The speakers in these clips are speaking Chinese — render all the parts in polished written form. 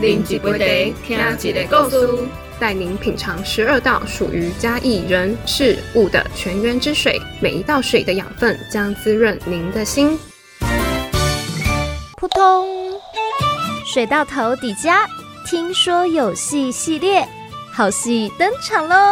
啉一杯茶，听一个故事， 带您品尝12道属于嘉义人事物的泉源之水，每一道水的养分将滋润您的心。 扑通，水到头底家，听说有戏系列，好戏登场喽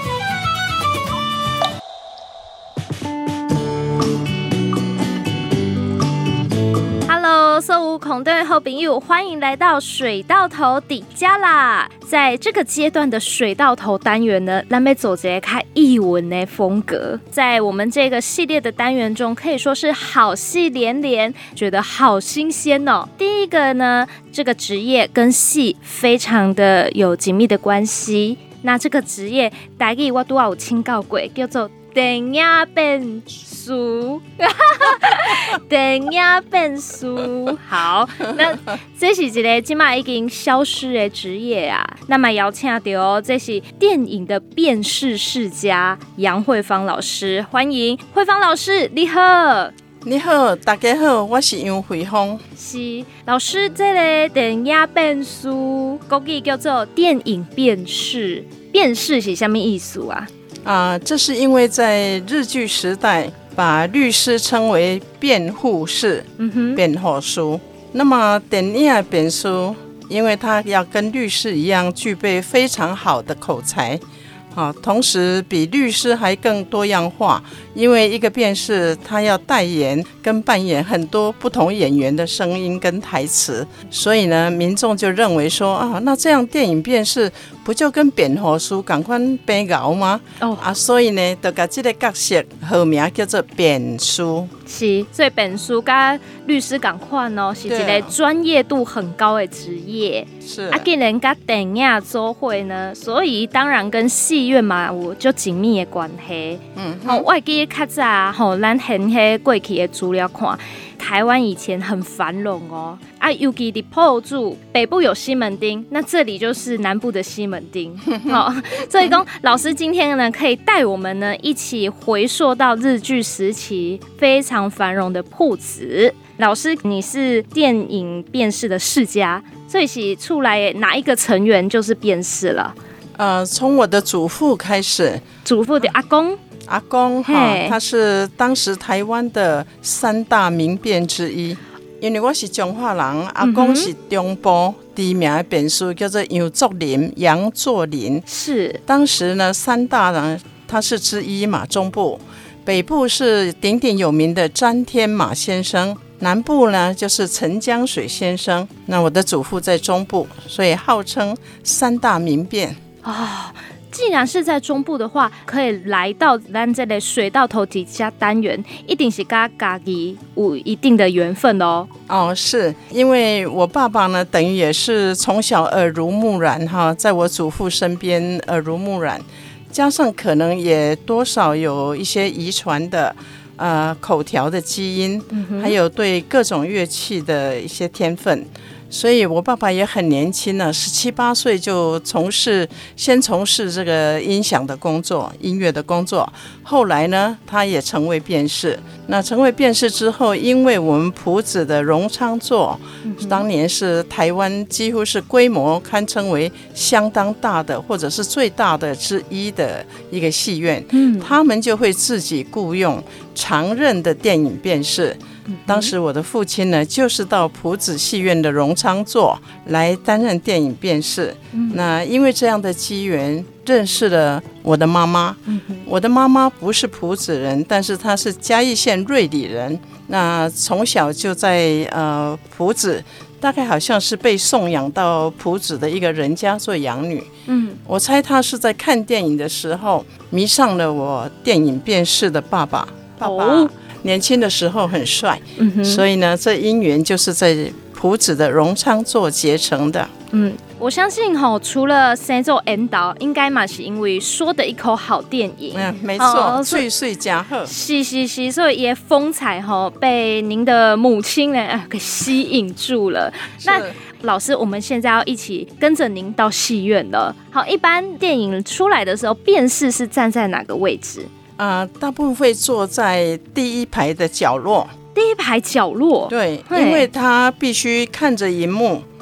！Hello， 所有空中的好朋友，欢迎来到水到头底家啦！在这个阶段的水到头单元呢，咱们走一个较艺文的风格。在我们这个系列的单元中，可以说是好戏连连，觉得好新鲜哦。第一个呢，这个职业跟戏非常的有紧密的关系。那这个职业，台语我都有听到过，叫做电影变书，电影变书。好，那这是一个现在已经消失的职业啊。那么邀请到这是电影的辨识世家杨慧芳老师，欢迎慧芳老师，你好。 你好，大家好，我是杨慧芳。 是老师，这个电影辨识，国语叫做电影辨识。辨识是什么意思啊？ 这是因为在日据时代，把律师称为辩护士、辩护师。那么电影辨识，因为他要跟律师一样具备非常好的口才，同时比律师还更多样化，因为一个辩士他要代言跟扮演很多不同演员的声音跟台词，所以呢，民众就认为说那这样电影辩士不就跟辩护师同款变熬吗？所以呢，就把这个角色号名叫做辩士。 是，所以辩士跟律师同款哦，是一个专业度很高的职业。 是既然跟电影做伙呢，所以当然跟戏院嘛有就紧密的关系。我记较早咱现迄过去的资料看，台湾以前很繁荣哦，尤其在埔子北部有西门町，那这里就是南部的西门町。所以说老师今天呢，可以带我们呢一起回溯到日据时期非常繁荣的埔子。老师，你是电影辨识的世家，所以是出来哪一个成员就是辨识了？ 从我的祖父开始。 祖父的阿公。 阿公他是当时台湾的3大名辩之一。因为我是中华人，阿公是中部知名的辩士，叫做杨作霖、杨作霖。 是当时呢3大人他是之一嘛，中部。北部是鼎鼎有名的詹天马先生，南部呢就是陈江水先生。那我的祖父在中部，所以号称3大名辩。 既然是在中部的话，可以来到咱这个水到头底家单元，一定是跟家己有一定的缘分哦。 是因为我爸爸呢，等于也是从小耳濡目染在我祖父身边耳濡目染，加上可能也多少有一些遗传的口条的基因，还有对各种乐器的一些天分。所以我爸爸也很年轻了，17、18岁就先从事这个音响的工作，音乐的工作。后来呢，他也成为辩士。那成为辩士之后，因为我们埔子的荣昌座，当年是台湾几乎是规模堪称为相当大的，或者是最大的之一的一个戏院，他们就会自己雇用常任的电影辩士。当时我的父亲呢，就是到埔子戏院的荣昌座来担任电影辩士。那因为这样的机缘，认识了我的妈妈。我的妈妈不是埔子人，但是她是嘉义县瑞里人。那从小就在埔子，大概好像是被送养到埔子的一个人家做养女。我猜她是在看电影的时候迷上了我电影辨识的爸爸。爸爸年轻的时候很帅，所以呢，这姻缘就是在埔子的荣昌座结成的。 我相信除了生做引导，应该嘛是因为说的一口好电影。 没错，岁岁佳贺。 是，所以也风采被您的母亲呢给吸引住了。那老师，我们现在要一起跟着您到戏院了。好，一般电影出来的时候，辨识是站在哪个位置？ 大部分会坐在第一排的角落。 第一排角落？ 对，因为他必须看着荧幕，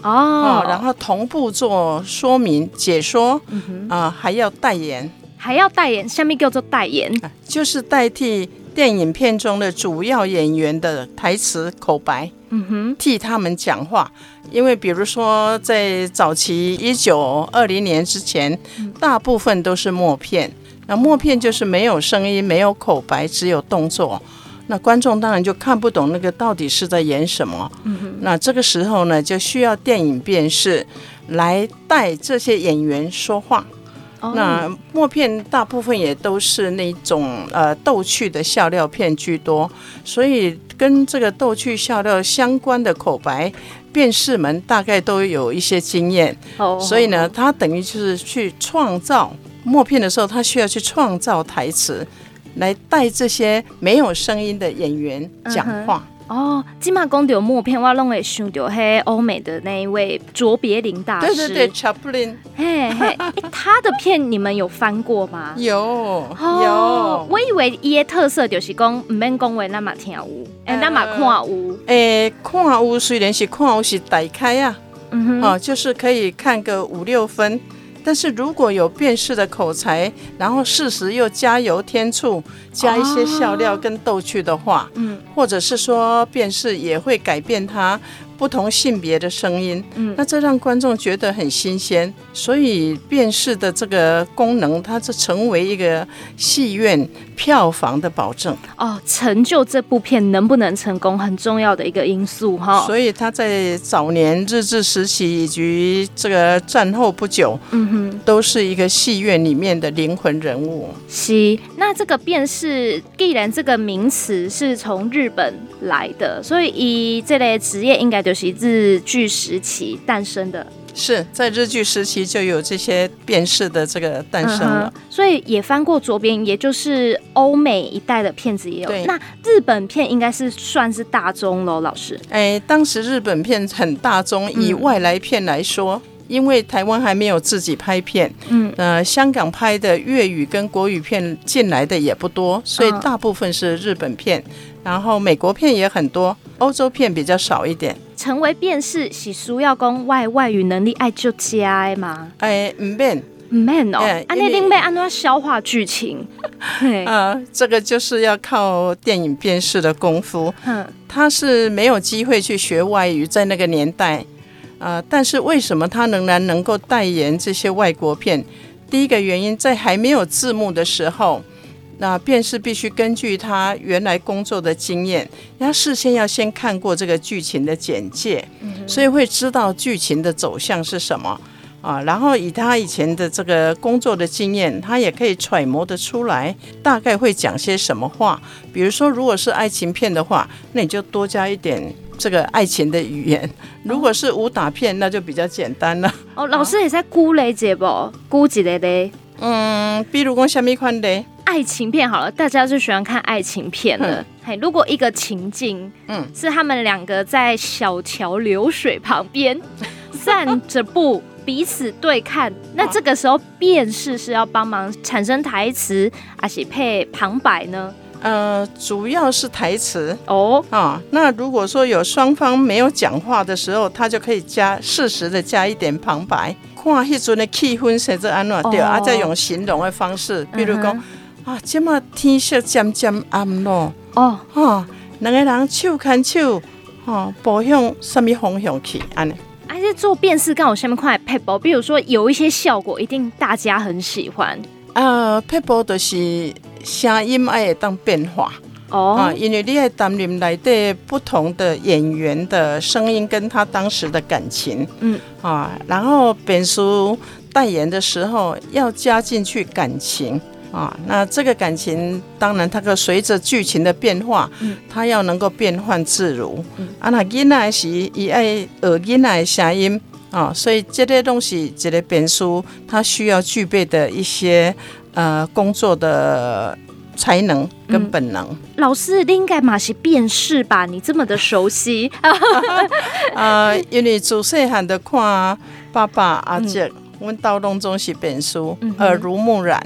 然后同步做说明解说，还要代言。 还要代言，什么叫做代言？ 就是代替电影片中的主要演员的台词口白，替他们讲话。因为比如说在早期1920年之前，大部分都是默片，那默片就是没有声音、没有口白，只有动作。那观众当然就看不懂那个到底是在演什么。那这个时候呢，就需要电影辨识来带这些演员说话。那默片大部分也都是那种逗趣的笑料片居多，所以跟这个逗趣笑料相关的口白，辨识们大概都有一些经验。所以呢，他等于就是去创造默片的时候，他需要去创造台词，来带这些没有声音的演员讲话。 现在讲到默片，我都会想到欧美的那一位卓别林大师。 对 Chaplin。 他的片你们有翻过吗？ 有。 我以为他的特色就是讲不免讲话，咱嘛听有，咱嘛看有。 看有虽然是看有是大开啊，就是可以看个5-6分。但是如果有辨识的口才，然后适时又加油添醋，加一些笑料跟逗趣的话，或者是说辨识也会改变它不同性别的声音，那这让观众觉得很新鲜，所以辨识的这个功能，它就成为一个戏院票房的保证。 成就这部片能不能成功，很重要的一个因素哈。 所以他在早年日治时期以及这个战后不久，都是一个戏院里面的灵魂人物。 是，那这个辨识，既然这个名词是从日本来的，所以以这类职业应该就是日据时期诞生的。 是在日据时期就有这些辨识的这个诞生了， 所以也翻过左边，也就是欧美一带的片子也有。那日本片应该是算是大宗咯，老师。 当时日本片很大宗，以外来片来说，因为台湾还没有自己拍片，香港拍的粤语跟国语片进来的也不多，所以大部分是日本片，然后美国片也很多，欧洲片比较少一点。 成为辨识是需要讲外语能力爱就加的吗？ 不免哦，那你要按怎消化剧情？ 这个就是要靠电影辨识的功夫。他是没有机会去学外语，在那个年代。但是为什么他仍然能够代言这些外国片？第一个原因，在还没有字幕的时候，那辨识必须根据他原来工作的经验，他事先要先看过这个剧情的简介，所以会知道剧情的走向是什么然后以他以前的这个工作的经验，他也可以揣摩得出来大概会讲些什么话。比如说如果是爱情片的话，那你就多加一点这个爱情的语言，如果是武打片那就比较简单了。 老师也在估雷节不？估几类嘞？ 比如说什么款的爱情片好了，大家最喜欢看爱情片了。如果一个情境，是他们两个在小桥流水旁边散着步，彼此对看，那这个时候辨识是要帮忙产生台词，还是配旁白呢？ 主要是台词那如果说有双方没有讲话的时候，他就可以适时的加一点旁白，看那时候的气氛是怎样对再用形容的方式，比如说现在天色渐渐暗了两个人手牵手步向什么方向去这样这做辨识刚好下面快配包，比如说有一些效果一定大家很喜欢配包就是声音要当变化因为你要担任内底不同的演员的声音跟他当时的感情然后辨识代言的时候要加进去感情那这个感情当然它可随着剧情的变化它要能够变换自如那囡仔的时他要学囡仔的声音所以这些东西这个辨识它需要具备的一些工作的才能跟本能老师你应该嘛是辨识吧，你这么的熟悉因为自细汉就看爸爸阿姐我们到拢总是辨识耳濡目染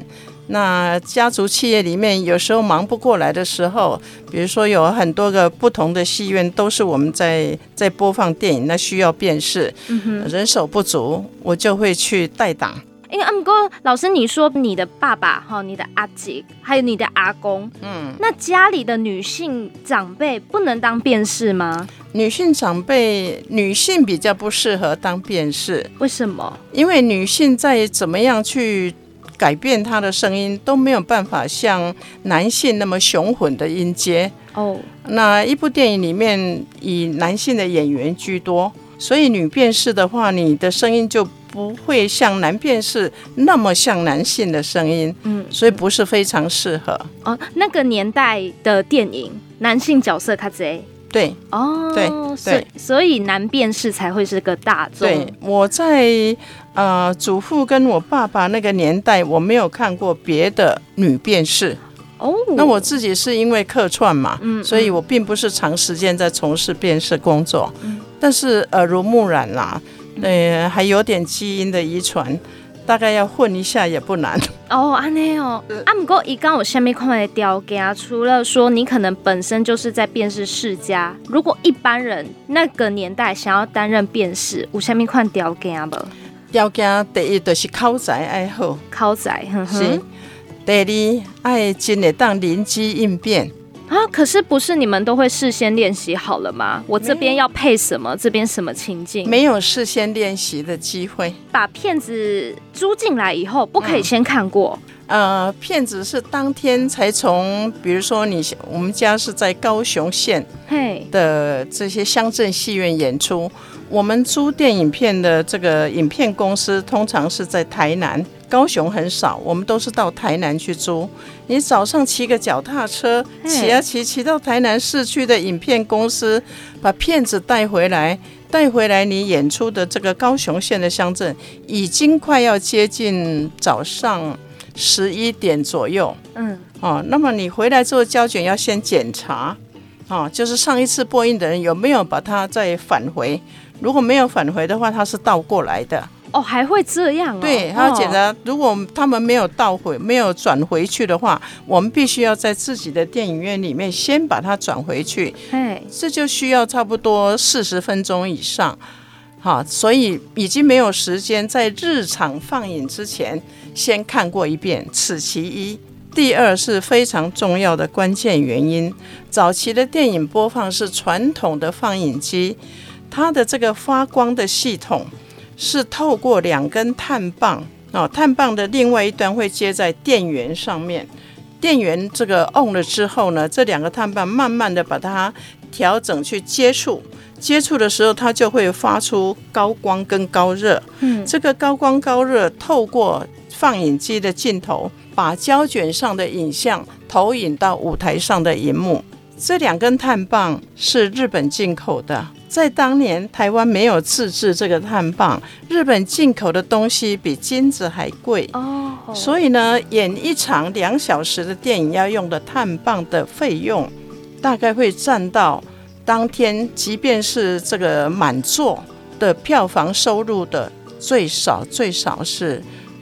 那家族企业里面有时候忙不过来的时候，比如说有很多个不同的戏院都是我们在播放电影，那需要辨识，人手不足，我就会去代档。 因为不过老师你说你的爸爸你的阿姐还有你的阿公，那家里的女性长辈不能当辨识吗？ 女性长辈，女性比较不适合当辨识。 为什么？ 因为女性再怎么样去改变她的声音，都没有办法像男性那么雄浑的音阶。那一部电影里面以男性的演员居多，所以女辨识的话，你的声音就不会像男辨识那么像男性的声音，所以不是非常适合。 那个年代的电影，男性角色较多。 对，对， 所以男辨识才会是个大众。 对，我在祖父跟我爸爸那个年代，我没有看过别的女辨识。那我自己是因为客串嘛，所以我并不是长时间在从事辨识工作，但是耳濡目染啦，还有点基因的遗传，大概要混一下也不难。 安尼哦，不过他刚有什么款的条件？除了说你可能本身就是在辨识世家，如果一般人那个年代想要担任辨识，有什么款条件不？ 条件第一就是口才要好， 口才， 是。第二，要真会当临机应变。 可是不是你们都会事先练习好了吗？我这边要配什么，这边什么情境？ 没有事先练习的机会。 把片子租进来以后，不可以先看过。 片子是当天才从，比如说我们家是在高雄县的这些乡镇戏院演出，我们租电影片的这个影片公司通常是在台南。高雄很少，我们都是到台南去租。你早上骑个脚踏车，骑到台南市区的影片公司，把片子带回来，你演出的这个高雄县的乡镇，已经快要接近早上11点左右。那么你回来之后，胶卷要先检查，就是上一次播映的人有没有把它再返回，如果没有返回的话，它是倒过来的。 还会这样对，还要检查，如果他们没有倒回，没有转回去的话，我们必须要在自己的电影院里面先把它转回去。这就需要差不多40分钟以上。所以已经没有时间在日场放映之前先看过一遍，此其一。第二是非常重要的关键原因，早期的电影播放是传统的放映机，它的这个发光的系统是透过2根碳棒，碳棒的另外一端会接在电源上面，电源这个 on 了之后呢，这2个碳棒慢慢的把它调整去接触的时候，它就会发出高光跟高热。这个高光高热透过放映机的镜头，把胶卷上的影像投影到舞台上的荧幕。这2根碳棒是日本进口的，在当年台湾没有自制这个碳棒，日本进口的东西比金子还贵，所以呢，演一场2小时的电影要用的碳棒的费用，大概会占到当天即便是这个满座的票房收入的最少是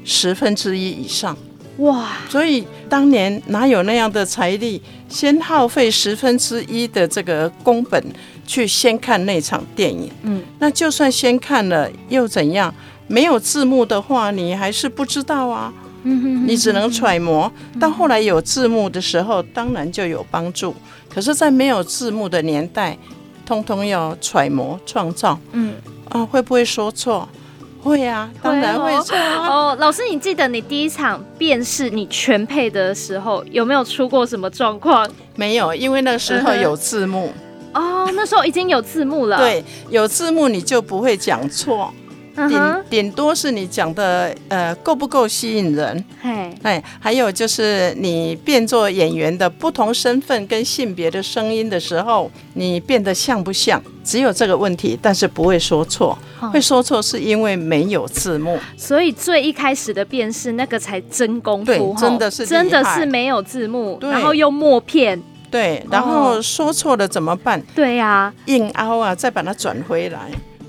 1/10以上。哇！所以当年哪有那样的财力，先耗费1/10的这个工本去先看那场电影？那就算先看了又怎样？没有字幕的话，你还是不知道啊。你只能揣摩。到后来有字幕的时候，当然就有帮助。可是，在没有字幕的年代，通通要揣摩创造。会不会说错？会啊，当然会错啊。 老师，你记得你第一场辨识你全配的时候，有没有出过什么状况？ 没有，因为那时候有字幕。 那时候已经有字幕了。 对，有字幕你就不会讲错。顶多是你讲的够不够吸引人，还有就是你变作演员的不同身份跟性别的声音的时候，你变得像不像，只有这个问题，但是不会说错。会说错是因为没有字幕， 所以最一开始的辨识那个才真功夫。 对，真的是厉害， 真的是没有字幕，然后又默片。 对，然后说错了怎么办？ 对啊， 硬凹啊，再把它转回来。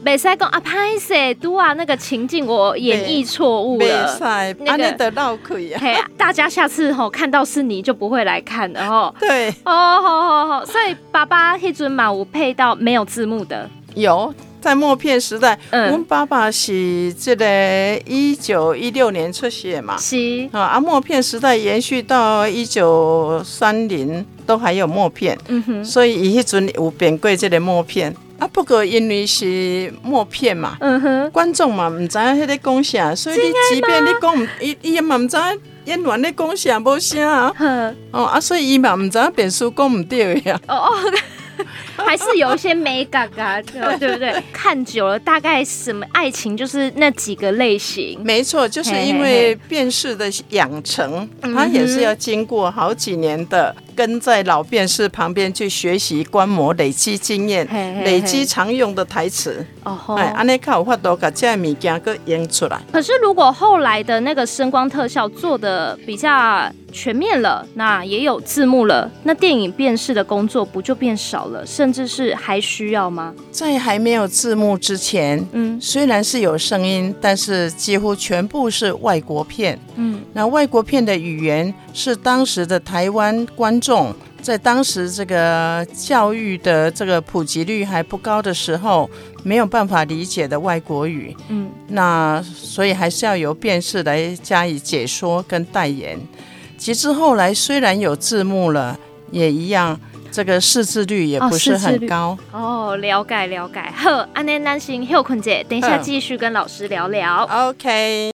袂使讲啊，歹势拄啊，那个情境我演绎错误了， 袂使，安尼就闹亏啊。 嘿，大家下次看到是你就不会来看了吼。 对， 好，所以爸爸迄阵嘛有配到没有字幕的， 有。在默片时代，我爸爸是这个1916年出世嘛， 是默片时代延续到1930都还有默片，所以伊迄阵有变过这个默片。不过因为是默片嘛，观众嘛唔知影迄个讲啥，所以你即便你讲伊嘛唔知影演员咧讲啥无啥所以伊嘛唔知影变数讲唔对呀。 还是有一些美感啊，对不对？看久了，大概什么爱情就是那几个类型。 没错，就是因为辨识的养成，它也是要经过好几年的跟在老辨识旁边去学习观摩，累积经验，累积常用的台词。安尼才有法度把这物件给演出来。 可是如果后来的那个声光特效做的比较全面了，那也有字幕了，那电影辨识的工作不就变少了，甚至是还需要吗？ 在还没有字幕之前，虽然是有声音，但是几乎全部是外国片。那外国片的语言是当时的台湾观众在当时这个教育的这个普及率还不高的时候没有办法理解的外国语。那所以还是要由辨识来加以解说跟代言。其实后来虽然有字幕了，也一样，这个识字率也不是很高。 了解。好，安尼咱先休困者，等一下继续跟老师聊聊。 OK。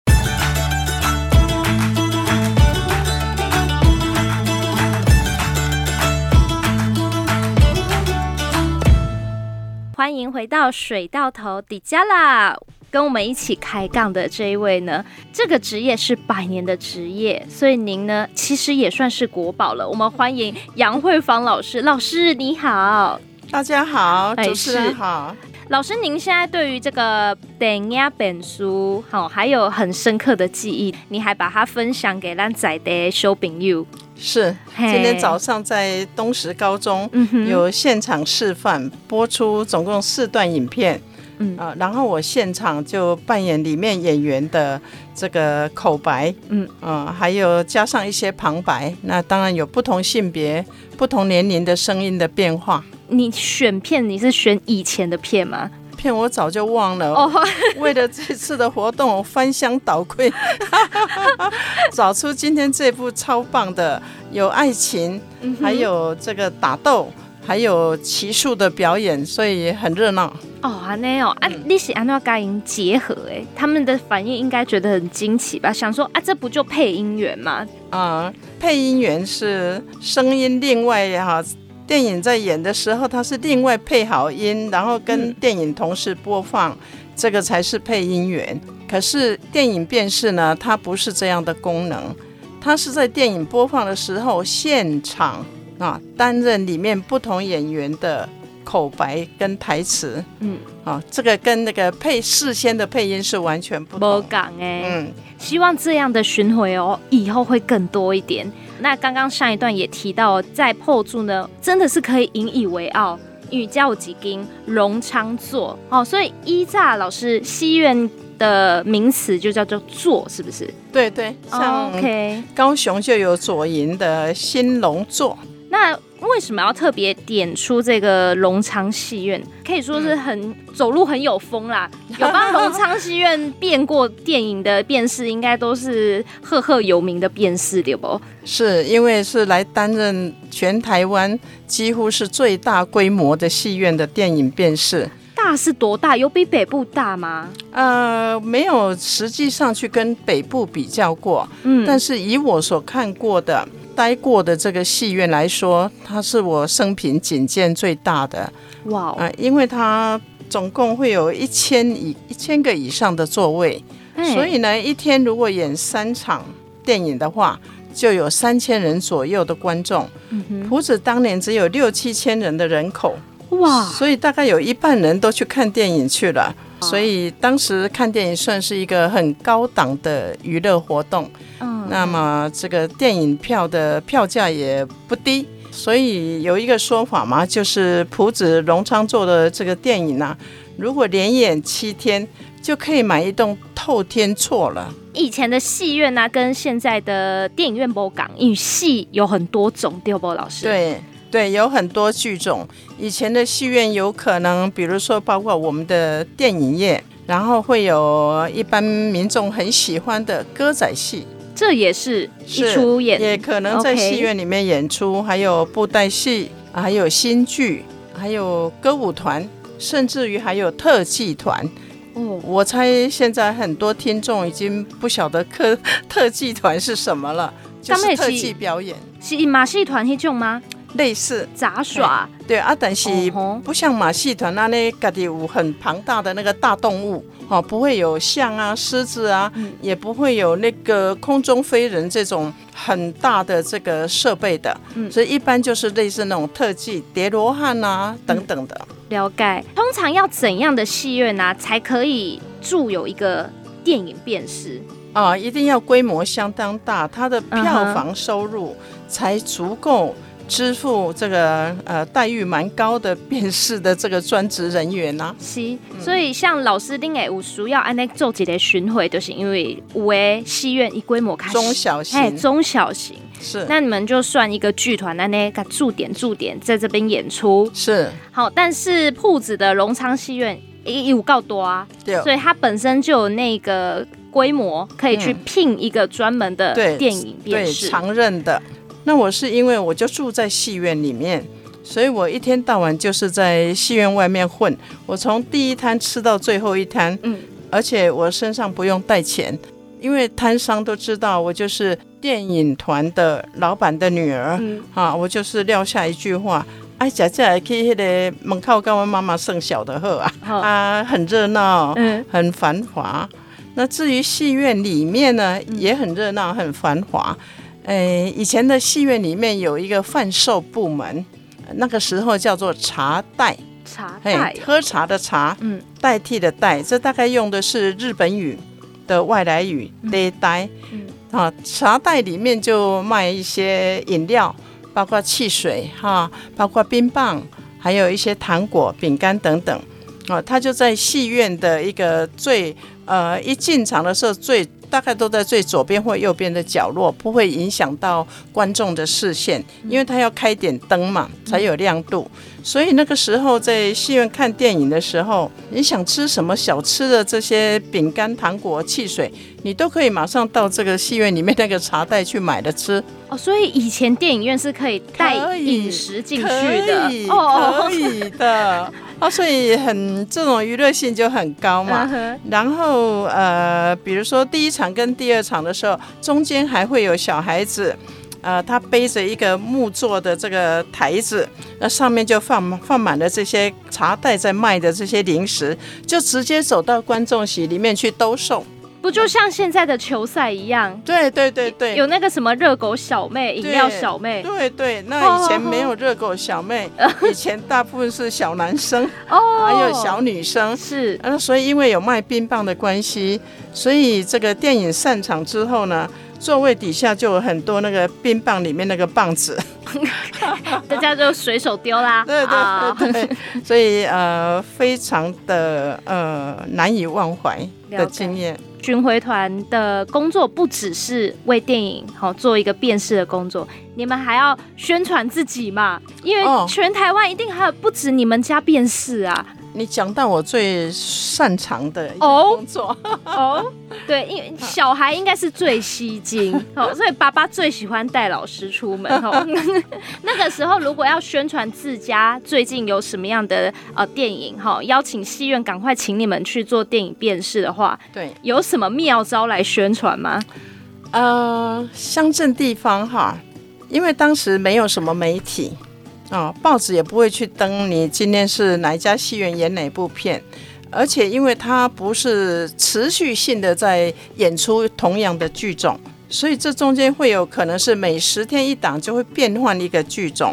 欢迎回到水到头底加啦！跟我们一起开杠的这一位呢，这个职业是100年的职业，所以您呢其实也算是国宝了。我们欢迎杨惠芳老师，老师你好。 大家好，主持人好。 老师，您现在对于这个电影本书还有很深刻的记忆，你还把它分享给咱在地的小朋友。 是，今天早上在东石高中有现场示范，播出总共4段影片。然后我现场就扮演里面演员的这个口白，还有加上一些旁白。那当然有不同性别、不同年龄的声音的变化。 你选片，你是选以前的片吗？ 片我早就忘了，为了这次的活动我翻箱倒柜找出今天这部超棒的，有爱情，还有这个打斗，还有奇术的表演，所以很热闹。 安尼你是安怎跟因结合他们的反应应该觉得很惊奇吧？想说这不就配音员吗？ 配音员是声音另外电影在演的时候，它是另外配好音，然后跟电影同时播放，这个才是配音员。可是电影辨识呢，它不是这样的功能，它是在电影播放的时候现场担任里面不同演员的口白跟台词。这个跟那个事先的配音是完全不同。 不同希望这样的巡回以后会更多一点。那刚刚上一段也提到，在破处呢，真的是可以引以为傲，因为有几间荣昌座所以依照老师戏院的名词就叫做座，是不是？ 对，像高雄就有左营的新隆座。 那为什么要特别点出这个荣昌戏院？可以说是走路很有风啦。有帮荣昌戏院变过电影的辨识，应该都是赫赫有名的辨识，对不？ 是因为是来担任全台湾几乎是最大规模的戏院的电影辨识。 大是多大？有比北部大吗？ 没有实际上去跟北部比较过，但是以我所看过的待过的这个戏院来说，它是我生平仅见最大的。哇！因为它总共会有1000个以上的座位，所以呢，一天如果演3场电影的话，就有3000人左右的观众。朴子当年只有6-7千人的人口。哇！所以大概有一半人都去看电影去了，所以当时看电影算是一个很高档的娱乐活动。那么这个电影票的票价也不低， 所以有一个说法嘛，就是朴子荣昌做的这个电影啊，如果连演7天，就可以买一栋透天厝了。 以前的戏院啊，跟现在的电影院不同，因为戏有很多种，对不老师？ 对，有很多剧种。以前的戏院有可能，比如说包括我们的电影业，然后会有一般民众很喜欢的歌仔戏， 这也是一出演， 也可能在戏院里面演出，还有布袋戏，还有新剧，还有歌舞团，甚至于还有特技团。我猜现在很多听众已经不晓得特技团是什么了，就是特技表演。 是马戏团那种吗？ 类似杂耍。 对啊，但是不像马戏团那里自己有很庞大的那个大动物，不会有象啊、狮子啊，也不会有那个空中飞人这种很大的这个设备的，所以一般就是类似那种特技叠罗汉啊等等的。 了解。通常要怎样的戏院啊，才可以驻有一个电影辨识？ 一定要规模相当大，它的票房收入才足够支付这个待遇蛮高的辨识的这个专职人员啊。 是，所以像老师您有需要安尼做一个巡回，就是因为有的戏院以规模开始中小型是， 那你们就算一个剧团安尼驻点在这边演出是好，但是朴子的荣昌戏院有够多啊，所以它本身就有那个规模可以去聘一个专门的电影辨识， 对，常任的。那我是因为我就住在戏院里面，所以我一天到晚就是在戏院外面混，我从第一摊吃到最后一摊，而且我身上不用带钱，因为摊商都知道我就是电影团的老板的女儿，我就是撂下一句话，姐姐去那个门口跟我妈妈生小的好啊，很热闹，很繁华。那至于戏院里面呢，也很热闹，很繁华。以前的戏院里面有一个贩售部门，那个时候叫做茶代，喝茶的茶，代替的代，这大概用的是日本语的外来语代，茶代里面就卖一些饮料，包括汽水包括冰棒，还有一些糖果、饼干等等。它就在戏院的一个一进场的时候大概都在最左边或右边的角落，不会影响到观众的视线，因为它要开点灯嘛，才有亮度。所以那个时候在戏院看电影的时候，你想吃什么小吃的这些饼干、糖果、汽水，你都可以马上到这个戏院里面那个茶袋去买的吃。 所以以前电影院是可以带饮食进去的， 可以的。所以这种娱乐性就很高嘛。然后比如说第一场跟第二场的时候，中间还会有小孩子，他背着一个木做的这个台子，那上面就放满了这些茶袋在卖的这些零食，就直接走到观众席里面去兜售。 不就像现在的球赛一样？ 对， 有那个什么热狗小妹、饮料小妹。 对，那以前没有热狗小妹，以前大部分是小男生，还有小女生。 是， 所以因为有卖冰棒的关系，所以这个电影散场之后呢，座位底下就有很多那个冰棒里面那个棒子， 大家就随手丢啦。 对，所以非常的难以忘怀的经验。 巡回团的工作不只是为电影做一个辨识的工作，你们还要宣传自己嘛，因为全台湾一定还有不止你们家辨识啊。 你讲到我最擅长的一个工作对，因为小孩应该是最吸睛所以爸爸最喜欢带老师出门那个时候如果要宣传自家最近有什么样的电影邀请戏院赶快请你们去做电影辨识的话，对，有什么妙招来宣传吗？ 乡镇地方因为当时没有什么媒体报纸也不会去登你今天是哪一家戏院演哪部片，而且因为它不是持续性的在演出同样的剧种，所以这中间会有可能是每10天一档就会变换一个剧种。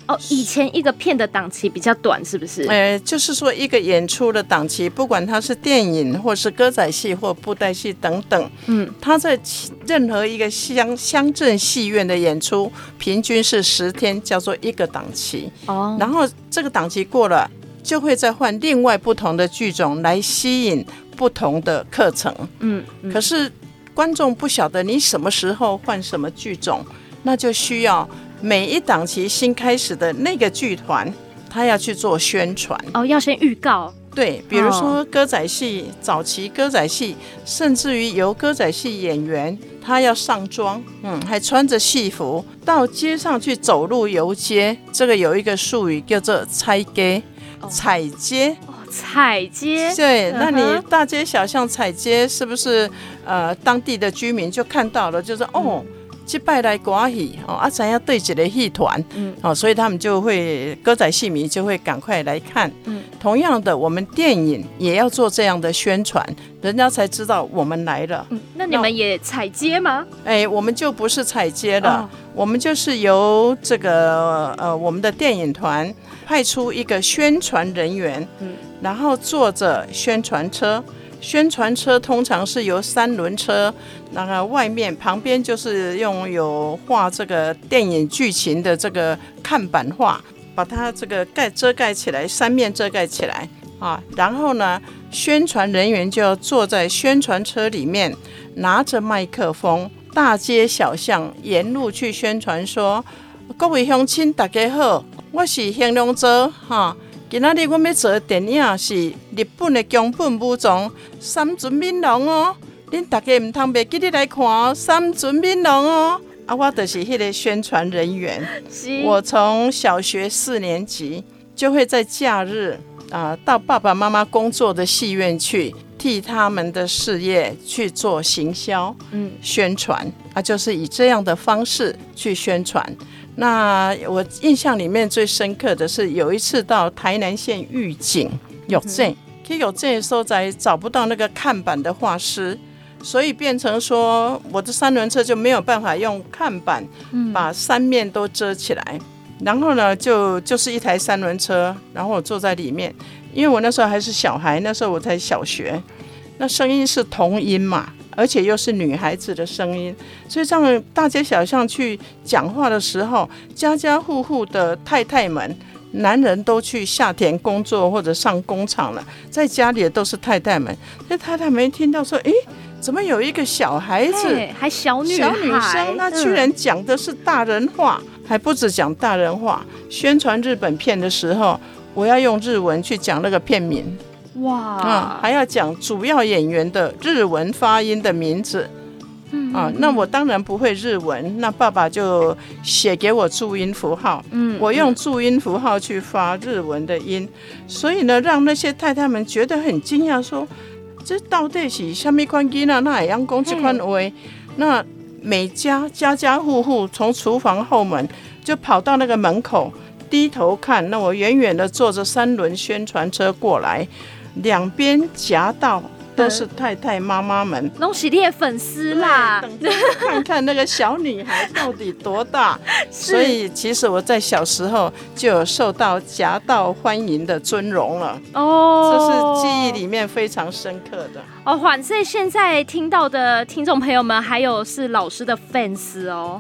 哦，以前一个片的档期比较短，是不是？ 就是说一个演出的档期，不管它是电影或是歌仔戏或布袋戏等等，它在任何一个乡镇戏院的演出，平均是10天，叫做一个档期。然后这个档期过了，就会再换另外不同的剧种来吸引不同的课程。可是观众不晓得你什么时候换什么剧种，那就需要每一档期新开始的那个剧团，他要去做宣传。 要先预告。 对，比如说歌仔戏，早期歌仔戏，甚至于由歌仔戏演员他要上妆，还穿着戏服到街上去走路游街。这个有一个术语叫做踩街，踩街。 踩街， 对，那你大街小巷踩街，是不是当地的居民就看到了，就是这摆来歌戏知影对一个戏团，所以他们就会歌仔戏迷就会赶快来看。同样的，我们电影也要做这样的宣传，人家才知道我们来了。 那你们也踩街吗？ 我们就不是踩街了，我们就是由这个我们的电影团派出一个宣传人员，然后坐着宣传车。宣传车通常是由3轮车，那个外面旁边就是用有画这个电影剧情的这个看板画，把它这个遮盖起来，3面遮盖起来啊。然后呢，宣传人员就要坐在宣传车里面，拿着麦克风，大街小巷沿路去宣传说：各位乡亲大家好，我是兴隆座哈。今仔日我们要做的电影是日本的宫本武藏三准敏郎哦，恁大家唔通袂记得来看哦，三准敏郎哦。我就是那个宣传人员。我从小学4年级就会在假日到爸爸妈妈工作的戏院去，替他们的事业去做行销、宣传就是以这样的方式去宣传。那我印象里面最深刻的是有一次到台南县玉井有镇，去有镇的所在找不到那个看板的画师，所以变成说我的3轮车就没有办法用看板把3面都遮起来。然后呢就是一台3轮车，然后我坐在里面，因为我那时候还是小孩，那时候我才小学，那声音是童音嘛，而且又是女孩子的声音，所以这样大街小巷去讲话的时候，家家户户的太太们，男人都去下田工作或者上工厂了，在家里都是太太们。那太太们一听到说，怎么有一个小孩子， 还小女生，她居然讲的是大人话，还不止讲大人话。宣传日本片的时候，我要用日文去讲那个片名。哇，还要讲主要演员的日文发音的名字。那我当然不会日文，那爸爸就写给我注音符号，我用注音符号去发日文的音，所以呢，让那些太太们觉得很惊讶，说这到底是什么款囡仔，那会晓讲这款话？那每家家户户从厨房后门就跑到那个门口，低头看，那我远远的坐着3轮宣传车过来，两边夹道都是太太妈妈们， 都是你的粉丝啦， 等着看看那个小女孩到底多大。所以其实我在小时候就有受到夹道欢迎的尊荣了。这是记忆里面非常深刻的。 所以现在听到的听众朋友们，还有是老师的 fans 哦。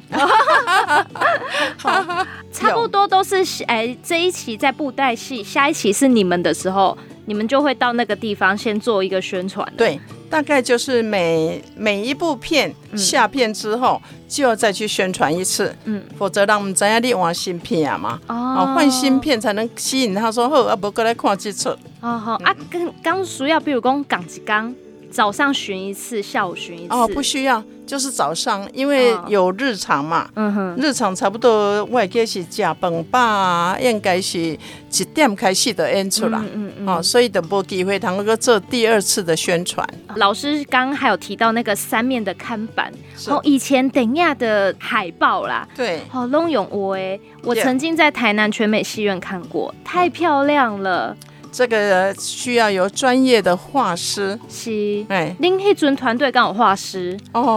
差不多都是这一期在布袋戏，下一期是你们的时候，你们就会到那个地方先做一个宣传。 对，大概就是每一部片下片之后，就要再去宣传一次，否则让我们知道你换新片嘛，换新片才能吸引他说好，不过来看这出。 刚需要比如说港一港早上巡一次，下午巡一次。 不需要，就是早上，因为有日场嘛。日场差不多我记是吃饭吧，应该是1点开始就演出啦。所以就没机会通过做第2次的宣传。 老师刚刚还有提到那个3面的看板，以前等亚的海报啦， 对， 拢用我曾经在台南全美戏院看过，太漂亮了。 这个需要有专业的画师。 是，您那阵团队刚有画师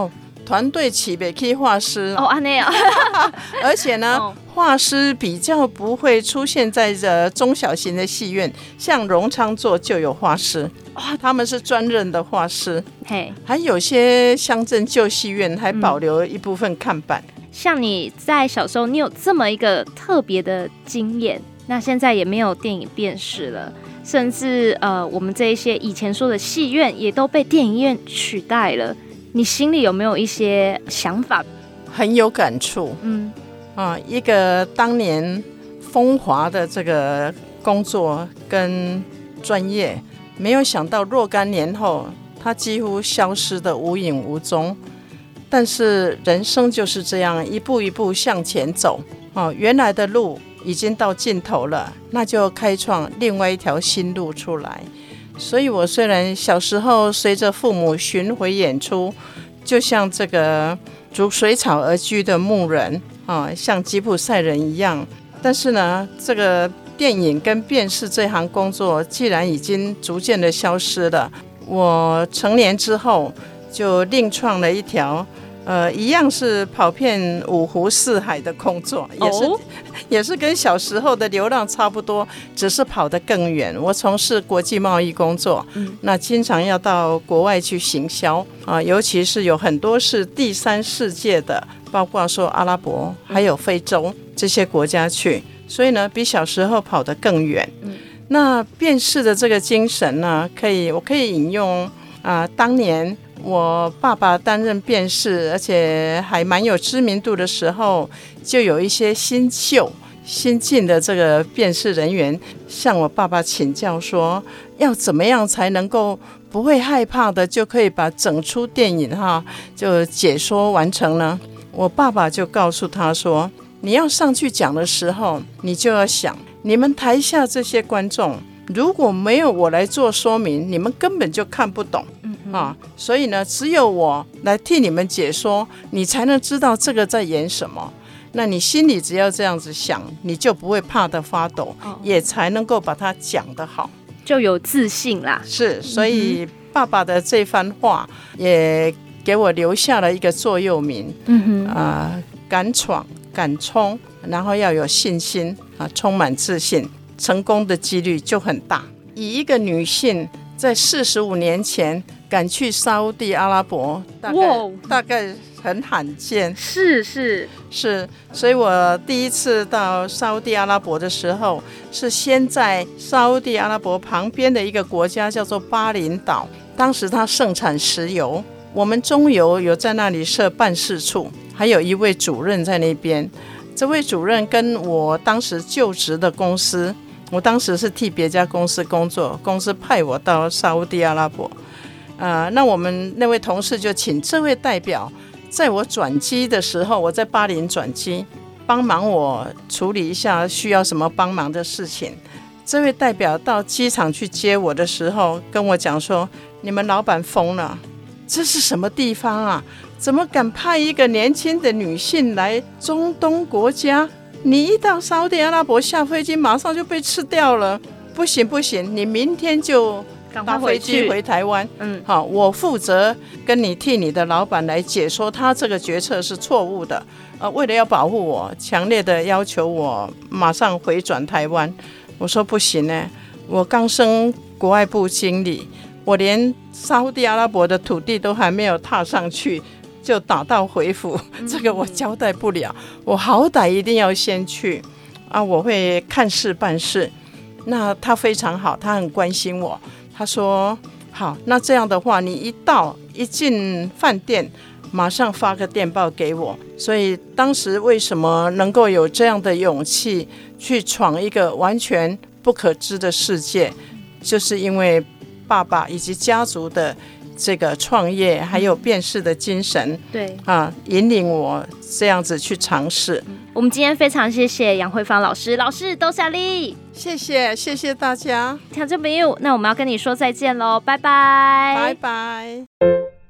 团队起不去画师哦，安内哦， 而且呢，画师比较不会出现在中小型的戏院，像荣昌座就有画师，他们是专任的画师。还有些乡镇旧戏院还保留一部分看板。 像你在小时候，你有这么一个特别的经验，那现在也没有电影辨识了，甚至我们这一些以前说的戏院也都被电影院取代了。你心里有没有一些想法？ 很有感触。一个当年风华的这个工作跟专业，没有想到若干年后，它几乎消失得无影无踪。但是人生就是这样，一步一步向前走。原来的路已经到尽头了，那就开创另外一条新路出来。所以我虽然小时候随着父母巡回演出，就像这个逐水草而居的牧人，像吉普赛人一样，但是呢，这个电影跟辨识这行工作既然已经逐渐的消失了，我成年之后就另创了一条一样是跑遍五湖四海的工作，也是跟小时候的流浪差不多，只是跑得更远。我从事国际贸易工作，那经常要到国外去行销尤其是有很多是第三世界的，包括说阿拉伯还有非洲这些国家去，所以呢，比小时候跑得更远。那辨识的这个精神呢，我可以引用当年我爸爸担任辨识，而且还蛮有知名度的时候，就有一些新进的这个辨识人员向我爸爸请教说，要怎么样才能够不会害怕的就可以把整出电影就解说完成呢？我爸爸就告诉他说，你要上去讲的时候，你就要想，你们台下这些观众如果没有我来做说明，你们根本就看不懂所以呢，只有我来替你们解说，你才能知道这个在演什么。那你心里只要这样子想，你就不会怕得发抖，也才能够把它讲得好， 就有自信啦。 是，所以爸爸的这番话也给我留下了一个座右铭，敢闯敢冲，然后要有信心充满自信，成功的几率就很大。以一个女性在45年前敢去沙烏地阿拉伯，大概很罕见。是，所以我第一次到沙烏地阿拉伯的时候，是先在沙烏地阿拉伯旁边的一个国家叫做巴林岛，当时它盛产石油，我们中油有在那里设办事处，还有一位主任在那边。这位主任跟我当时就职的公司，我当时是替别家公司工作，公司派我到沙烏地阿拉伯那我们那位同事就请这位代表在我转机的时候，我在巴林转机，帮忙我处理一下需要什么帮忙的事情。这位代表到机场去接我的时候跟我讲说，你们老板疯了，这是什么地方啊？怎么敢派一个年轻的女性来中东国家？你一到沙烏地阿拉伯下飞机马上就被吃掉了，不行，你明天就搭飞机回台湾。好，我负责替你的老板来解说他这个决策是错误的。为了要保护我，强烈的要求我马上回转台湾。我说不行呢，我刚升国外部经理，我连沙烏地阿拉伯的土地都还没有踏上去，就打道回府，这个我交代不了，我好歹一定要先去我会看事办事。那他非常好，他很关心我，他说好，那这样的话你一进饭店马上发个电报给我。所以当时为什么能够有这样的勇气去闯一个完全不可知的世界，就是因为爸爸以及家族的这个创业还有辨识的精神， 对引领我这样子去尝试。 我们今天非常谢谢杨慧芳老师多谢你， 谢谢大家。 听众朋友，那我们要跟你说再见咯，拜拜。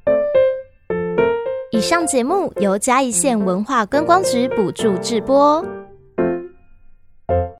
以上节目由嘉义县文化观光局补助制播。